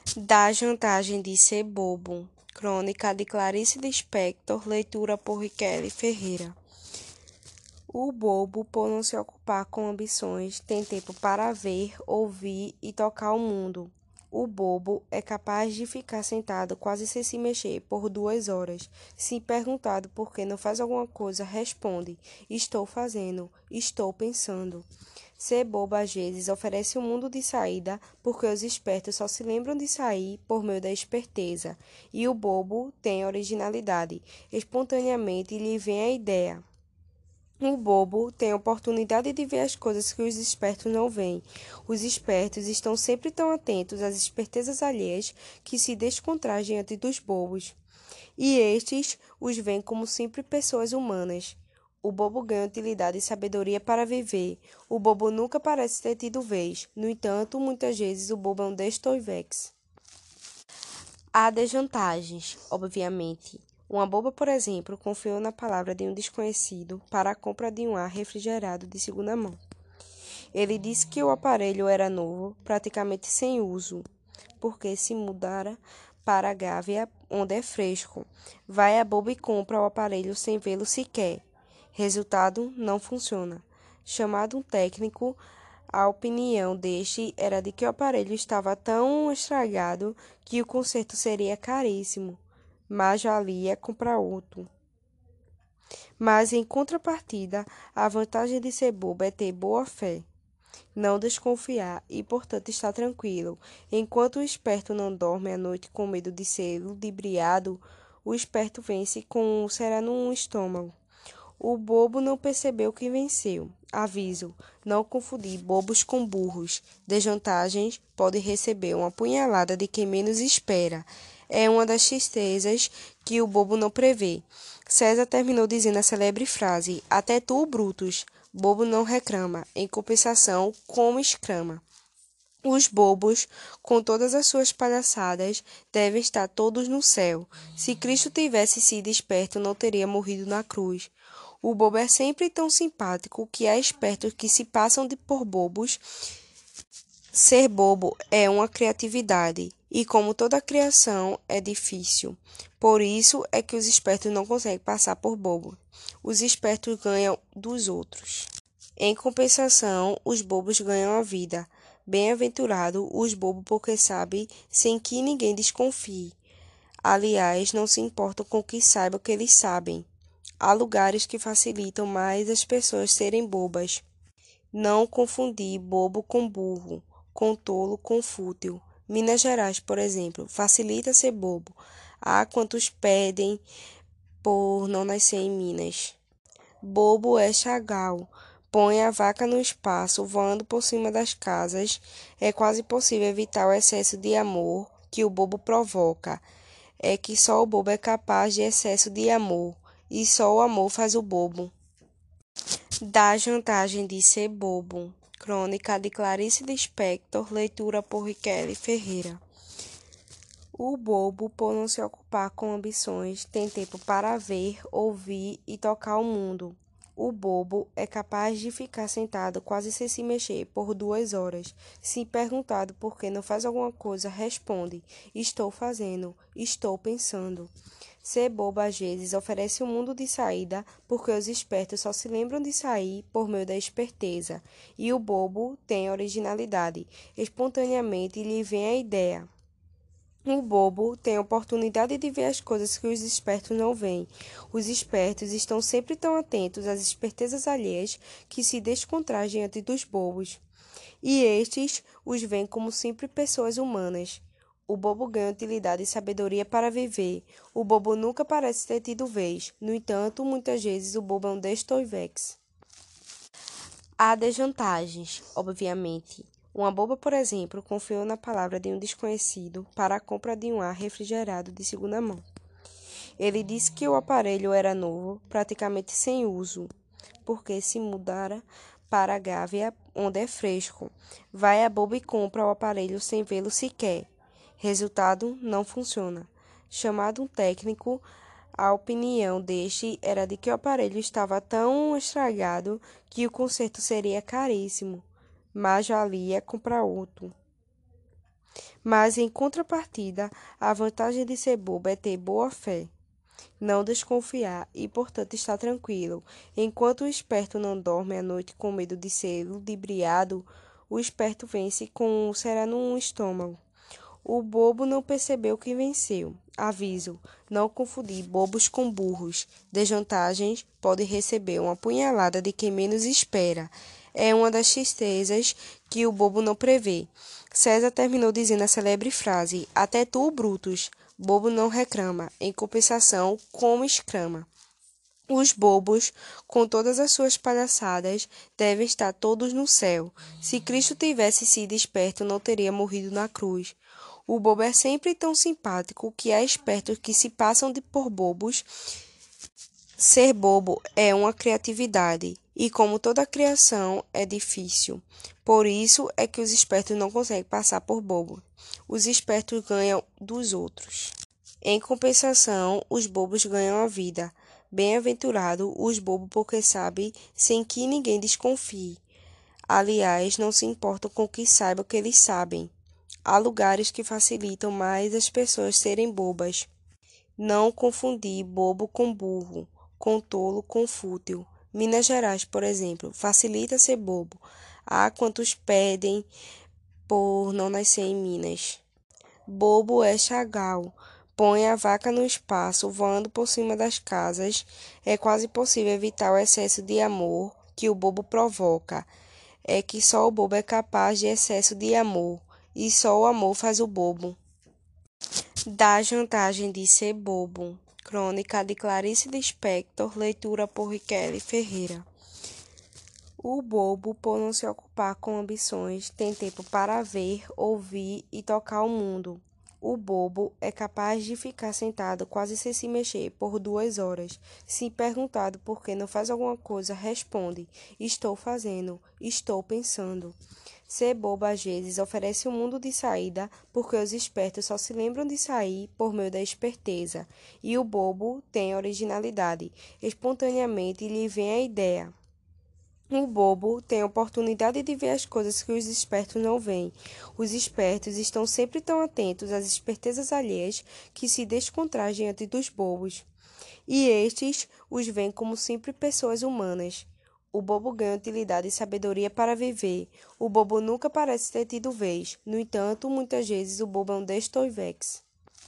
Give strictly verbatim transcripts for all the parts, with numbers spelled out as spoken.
Da Vantagem de Ser Bobo. Crônica de Clarice Lispector, leitura por Riquelme Ferreira. O bobo, por não se ocupar com ambições, tem tempo para ver, ouvir e tocar o mundo. O bobo é capaz de ficar sentado quase sem se mexer por duas horas. Se perguntado por que não faz alguma coisa, responde: estou fazendo, estou pensando. Ser bobo às vezes oferece um mundo de saída, porque os espertos só se lembram de sair por meio da esperteza, e o bobo tem originalidade. Espontaneamente lhe vem a ideia. O bobo tem a oportunidade de ver as coisas que os espertos não veem. Os espertos estão sempre tão atentos às espertezas alheias que se descontraem diante dos bobos. E estes os veem como simples pessoas humanas. O bobo ganha utilidade e sabedoria para viver. O bobo nunca parece ter tido vez. No entanto, muitas vezes o bobo é um destoivex. Há desvantagens, obviamente. Uma boba, por exemplo, confiou na palavra de um desconhecido para a compra de um ar refrigerado de segunda mão. Ele disse que o aparelho era novo, praticamente sem uso, porque se mudara para a Gávea, onde é fresco. Vai a boba e compra o aparelho sem vê-lo sequer. Resultado, não funciona. Chamado um técnico, a opinião deste era de que o aparelho estava tão estragado que o conserto seria caríssimo, mas valia comprar outro. Mas, em contrapartida, a vantagem de ser bobo é ter boa fé, não desconfiar e, portanto, estar tranquilo. Enquanto o esperto não dorme à noite com medo de ser ludibriado, o esperto vence com um será no estômago. O bobo não percebeu que venceu. Aviso: não confundir bobos com burros. Desvantagens: pode receber uma punhalada de quem menos espera. É uma das tristezas que o bobo não prevê. César terminou dizendo a célebre frase: até tu, Brutus, bobo não reclama. Em compensação, como exclama. Os bobos, com todas as suas palhaçadas, devem estar todos no céu. Se Cristo tivesse sido esperto, não teria morrido na cruz. O bobo é sempre tão simpático que há espertos que se passam de por bobos. Ser bobo é uma criatividade, e como toda criação é difícil. Por isso é que os espertos não conseguem passar por bobo. Os espertos ganham dos outros. Em compensação, os bobos ganham a vida. Bem-aventurado os bobos, porque sabem sem que ninguém desconfie. Aliás, não se importam com que saibam que eles sabem. Há lugares que facilitam mais as pessoas serem bobas. Não confundir bobo com burro, com tolo com fútil. Minas Gerais, por exemplo, facilita ser bobo. Há quantos pedem por não nascer em Minas. Bobo é Chagal. Põe a vaca no espaço, voando por cima das casas. É quase possível evitar o excesso de amor que o bobo provoca. É que só o bobo é capaz de excesso de amor, e só o amor faz o bobo. Da Vantagem de Ser Bobo. Crônica de Clarice Lispector, leitura por Riquelme Ferreira. O bobo, por não se ocupar com ambições, tem tempo para ver, ouvir e tocar o mundo. O bobo é capaz de ficar sentado quase sem se mexer por duas horas. Se perguntado por que não faz alguma coisa, responde: estou fazendo, estou pensando. Ser bobo às vezes oferece um mundo de saída, porque os espertos só se lembram de sair por meio da esperteza, e o bobo tem originalidade. Espontaneamente lhe vem a ideia. O bobo tem a oportunidade de ver as coisas que os espertos não veem. Os espertos estão sempre tão atentos às espertezas alheias que se descontraem diante dos bobos. E estes os veem como simples pessoas humanas. O bobo ganha utilidade e sabedoria para viver. O bobo nunca parece ter tido vez. No entanto, muitas vezes o bobo é um destoivex. Há desvantagens, obviamente. Uma boba, por exemplo, confiou na palavra de um desconhecido para a compra de um ar refrigerado de segunda mão. Ele disse que o aparelho era novo, praticamente sem uso, porque se mudara para a Gávea, onde é fresco. Vai a boba e compra o aparelho sem vê-lo sequer. Resultado, não funciona. Chamado um técnico, a opinião deste era de que o aparelho estava tão estragado que o conserto seria caríssimo, mas valia comprar outro. Mas, em contrapartida, a vantagem de ser bobo é ter boa fé, não desconfiar e, portanto, estar tranquilo. Enquanto o esperto não dorme à noite com medo de ser ludibriado, o esperto vence com um sereno no estômago. O bobo não percebeu que venceu. Aviso: não confundir bobos com burros. Desvantagens: pode receber uma punhalada de quem menos espera. É uma das tristezas que o bobo não prevê. César terminou dizendo a celebre frase: até tu, Brutus, bobo não reclama, em compensação, como exclama. Os bobos, com todas as suas palhaçadas, devem estar todos no céu. Se Cristo tivesse sido esperto, não teria morrido na cruz. O bobo é sempre tão simpático que há espertos que se passam de por bobos. Ser bobo é uma criatividade, e como toda criação é difícil. Por isso é que os espertos não conseguem passar por bobo. Os espertos ganham dos outros. Em compensação, os bobos ganham a vida. Bem-aventurado os bobos, porque sabem sem que ninguém desconfie. Aliás, não se importam com que saibam que eles sabem. Há lugares que facilitam mais as pessoas serem bobas. Não confundir bobo com burro, com tolo com fútil. Minas Gerais, por exemplo, facilita ser bobo. Há quantos pedem por não nascer em Minas. Bobo é Chagall. Põe a vaca no espaço, voando por cima das casas. É quase possível evitar o excesso de amor que o bobo provoca. É que só o bobo é capaz de excesso de amor, e só o amor faz o bobo. Da vantagem de ser bobo. Crônica de Clarice Lispector, leitura por Riquelme Ferreira. O bobo, por não se ocupar com ambições, tem tempo para ver, ouvir e tocar o mundo. O bobo é capaz de ficar sentado quase sem se mexer por duas horas. Se perguntado por que não faz alguma coisa, responde: estou fazendo, estou pensando. Ser bobo às vezes oferece um mundo de saída, porque os espertos só se lembram de sair por meio da esperteza. E o bobo tem originalidade. Espontaneamente lhe vem a ideia. O bobo tem a oportunidade de ver as coisas que os espertos não veem. Os espertos estão sempre tão atentos às espertezas alheias que se descontraem diante dos bobos. E estes os veem como simples pessoas humanas. O bobo ganha utilidade e sabedoria para viver. O bobo nunca parece ter tido vez. No entanto, muitas vezes o bobo é um destoivex.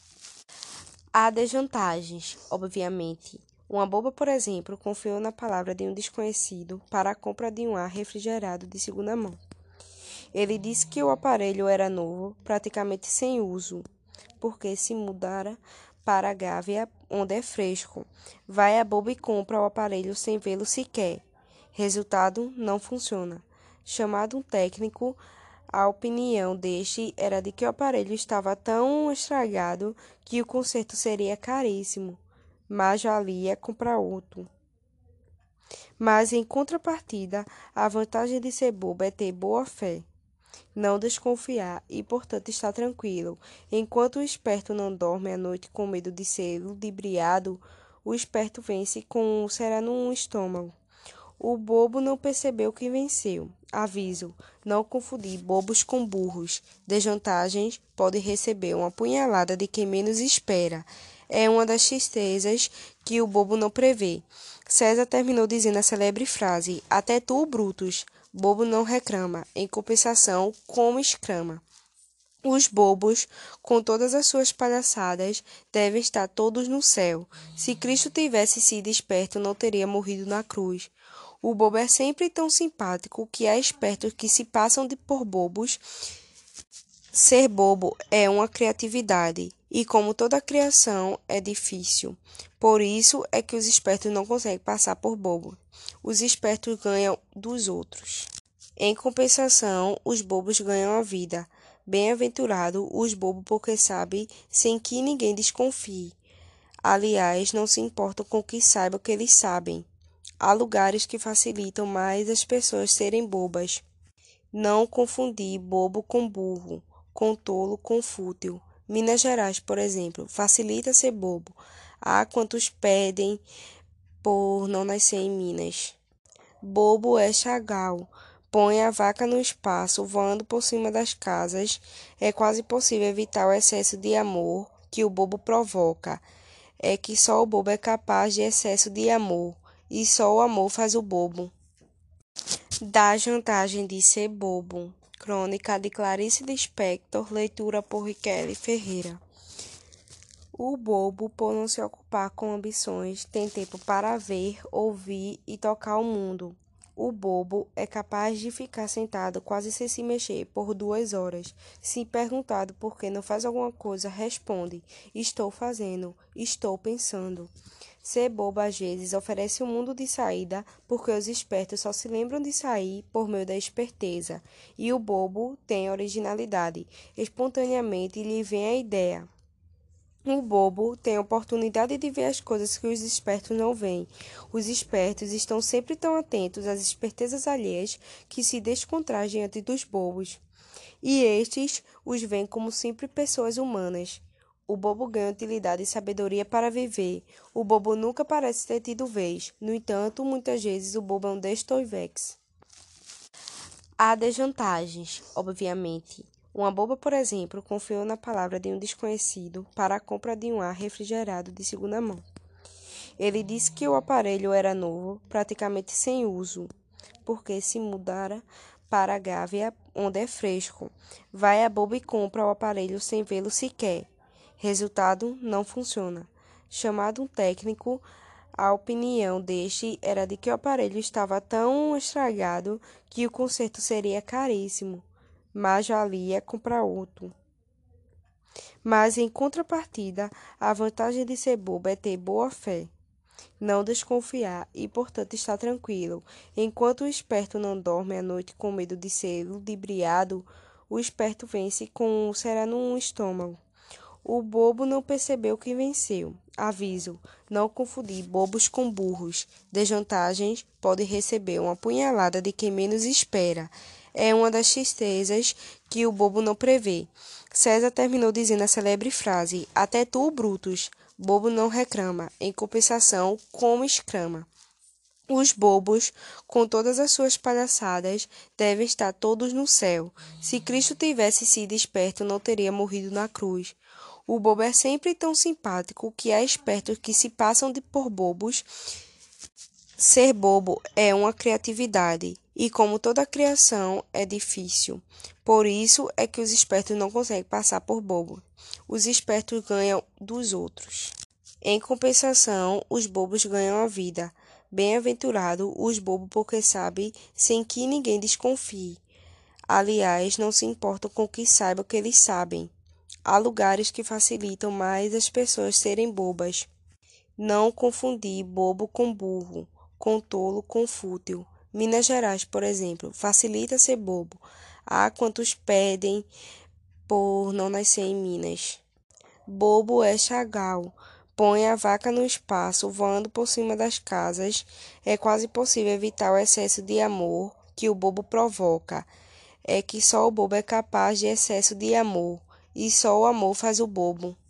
Há desvantagens, obviamente. Uma boba, por exemplo, confiou na palavra de um desconhecido para a compra de um ar refrigerado de segunda mão. Ele disse que o aparelho era novo, praticamente sem uso, porque se mudara para a Gávea, onde é fresco. Vai a boba e compra o aparelho sem vê-lo sequer. Resultado, não funciona. Chamado um técnico, a opinião deste era de que o aparelho estava tão estragado que o conserto seria caríssimo, mas valia comprar outro. Mas, em contrapartida, a vantagem de ser bobo é ter boa fé, não desconfiar e, portanto, estar tranquilo. Enquanto o esperto não dorme à noite com medo de ser ludibriado, o esperto vence com um sereno no estômago. O bobo não percebeu que venceu. Aviso: não confundir bobos com burros. Desvantagens: pode receber uma punhalada de quem menos espera. É uma das tristezas que o bobo não prevê. César terminou dizendo a celebre frase: até tu, Brutus, bobo não reclama, em compensação, como exclama. Os bobos, com todas as suas palhaçadas, devem estar todos no céu. Se Cristo tivesse sido esperto, não teria morrido na cruz. O bobo é sempre tão simpático que há espertos que se passam de por bobos. Ser bobo é uma criatividade, e como toda criação é difícil. Por isso é que os espertos não conseguem passar por bobo. Os espertos ganham dos outros. Em compensação, os bobos ganham a vida. Bem-aventurado os bobos, porque sabem sem que ninguém desconfie. Aliás, não se importam com que saibam que eles sabem. Há lugares que facilitam mais as pessoas serem bobas. Não confundir bobo com burro, com tolo com fútil. Minas Gerais, por exemplo, facilita ser bobo. Há quantos pedem por não nascer em Minas. Bobo é Chagall. põe a vaca no espaço, voando por cima das casas. É quase possível evitar o excesso de amor que o bobo provoca. É que só o bobo é capaz de excesso de amor, e só o amor faz o bobo. Da vantagem de ser bobo. Crônica de Clarice Lispector, leitura por Riquelme Ferreira. O bobo, por não se ocupar com ambições, tem tempo para ver, ouvir e tocar o mundo. O bobo é capaz de ficar sentado quase sem se mexer por duas horas. Se perguntado por que não faz alguma coisa, responde: estou fazendo, estou pensando. Ser bobo às vezes oferece um mundo de saída, porque os espertos só se lembram de sair por meio da esperteza. E o bobo tem originalidade. Espontaneamente lhe vem a ideia. O bobo tem a oportunidade de ver as coisas que os espertos não veem. Os espertos estão sempre tão atentos às espertezas alheias que se descontraem diante dos bobos. E estes os veem como sempre pessoas humanas. O bobo ganha utilidade e sabedoria para viver. O bobo nunca parece ter tido vez. No entanto, muitas vezes o bobo é um destoivex. Há desvantagens, obviamente. Uma boba, por exemplo, confiou na palavra de um desconhecido para a compra de um ar refrigerado de segunda mão. Ele disse que o aparelho era novo, praticamente sem uso, porque se mudara para a Gávea, onde é fresco. Vai a boba e compra o aparelho sem vê-lo sequer. Resultado, não funciona. Chamado um técnico, a opinião deste era de que o aparelho estava tão estragado que o conserto seria caríssimo, mas valia comprar outro. Mas, em contrapartida, a vantagem de ser bobo é ter boa fé, não desconfiar e, portanto, estar tranquilo. Enquanto o esperto não dorme à noite com medo de ser ludibriado, o esperto vence com um sereno no estômago. O bobo não percebeu que venceu. Aviso: não confundir bobos com burros. Desvantagens: pode receber uma punhalada de quem menos espera. É uma das tristezas que o bobo não prevê. César terminou dizendo a célebre frase: até tu, Brutus. Bobo não reclama. Em compensação, como exclama. Os bobos, com todas as suas palhaçadas, devem estar todos no céu. Se Cristo tivesse sido esperto, não teria morrido na cruz. O bobo é sempre tão simpático que há espertos que se passam de por bobos. Ser bobo é uma criatividade, e como toda criação é difícil. Por isso é que os espertos não conseguem passar por bobo. Os espertos ganham dos outros. Em compensação, os bobos ganham a vida. Bem-aventurado os bobos, porque sabem sem que ninguém desconfie. Aliás, não se importam com que saibam que eles sabem. Há lugares que facilitam mais as pessoas serem bobas. Não confundir bobo com burro, com tolo com fútil. Minas Gerais, por exemplo, facilita ser bobo. Há quantos pedem por não nascer em Minas. Bobo é Chagall. Põe a vaca no espaço, voando por cima das casas. É quase possível evitar o excesso de amor que o bobo provoca. É que só o bobo é capaz de excesso de amor, e só o amor faz o bobo.